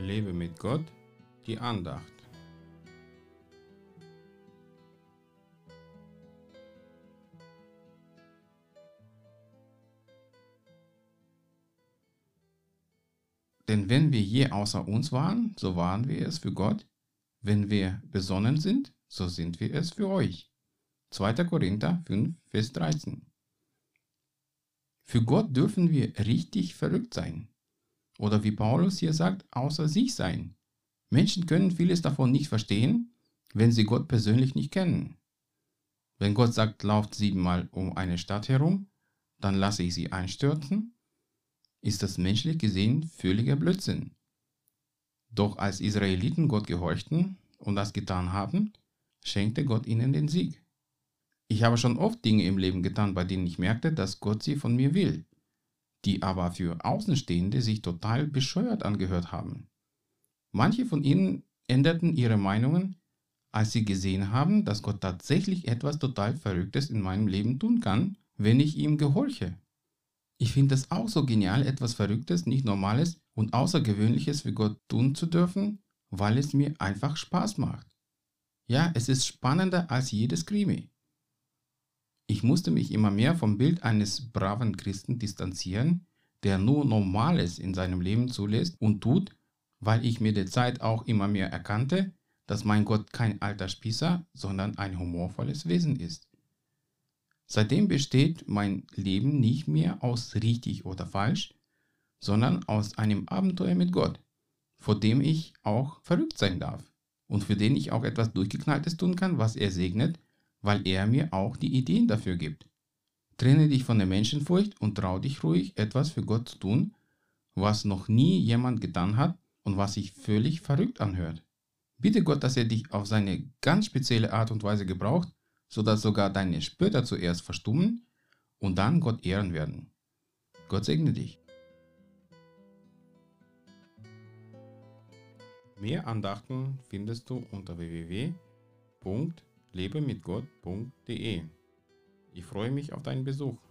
Lebe mit Gott, die Andacht. Denn wenn wir je außer uns waren, so waren wir es für Gott. Wenn wir besonnen sind, so sind wir es für euch. 2. Korinther 5, Vers 13. Für Gott dürfen wir richtig verrückt sein. Oder wie Paulus hier sagt, außer sich sein. Menschen können vieles davon nicht verstehen, wenn sie Gott persönlich nicht kennen. Wenn Gott sagt, lauft 7-mal um eine Stadt herum, dann lasse ich sie einstürzen, ist das menschlich gesehen völliger Blödsinn. Doch als Israeliten Gott gehorchten und das getan haben, schenkte Gott ihnen den Sieg. Ich habe schon oft Dinge im Leben getan, bei denen ich merkte, dass Gott sie von mir will, die aber für Außenstehende sich total bescheuert angehört haben. Manche von ihnen änderten ihre Meinungen, als sie gesehen haben, dass Gott tatsächlich etwas total Verrücktes in meinem Leben tun kann, wenn ich ihm gehorche. Ich finde es auch so genial, etwas Verrücktes, nicht Normales und Außergewöhnliches für Gott tun zu dürfen, weil es mir einfach Spaß macht. Ja, es ist spannender als jedes Krimi. Ich musste mich immer mehr vom Bild eines braven Christen distanzieren, der nur Normales in seinem Leben zulässt und tut, weil ich mit der Zeit auch immer mehr erkannte, dass mein Gott kein alter Spießer, sondern ein humorvolles Wesen ist. Seitdem besteht mein Leben nicht mehr aus richtig oder falsch, sondern aus einem Abenteuer mit Gott, vor dem ich auch verrückt sein darf und für den ich auch etwas Durchgeknalltes tun kann, was er segnet, weil er mir auch die Ideen dafür gibt. Trenne dich von der Menschenfurcht und trau dich ruhig, etwas für Gott zu tun, was noch nie jemand getan hat und was sich völlig verrückt anhört. Bitte Gott, dass er dich auf seine ganz spezielle Art und Weise gebraucht, sodass sogar deine Spötter zuerst verstummen und dann Gott ehren werden. Gott segne dich. Mehr Andachten findest du unter www.lebemitgott.de. Ich freue mich auf deinen Besuch.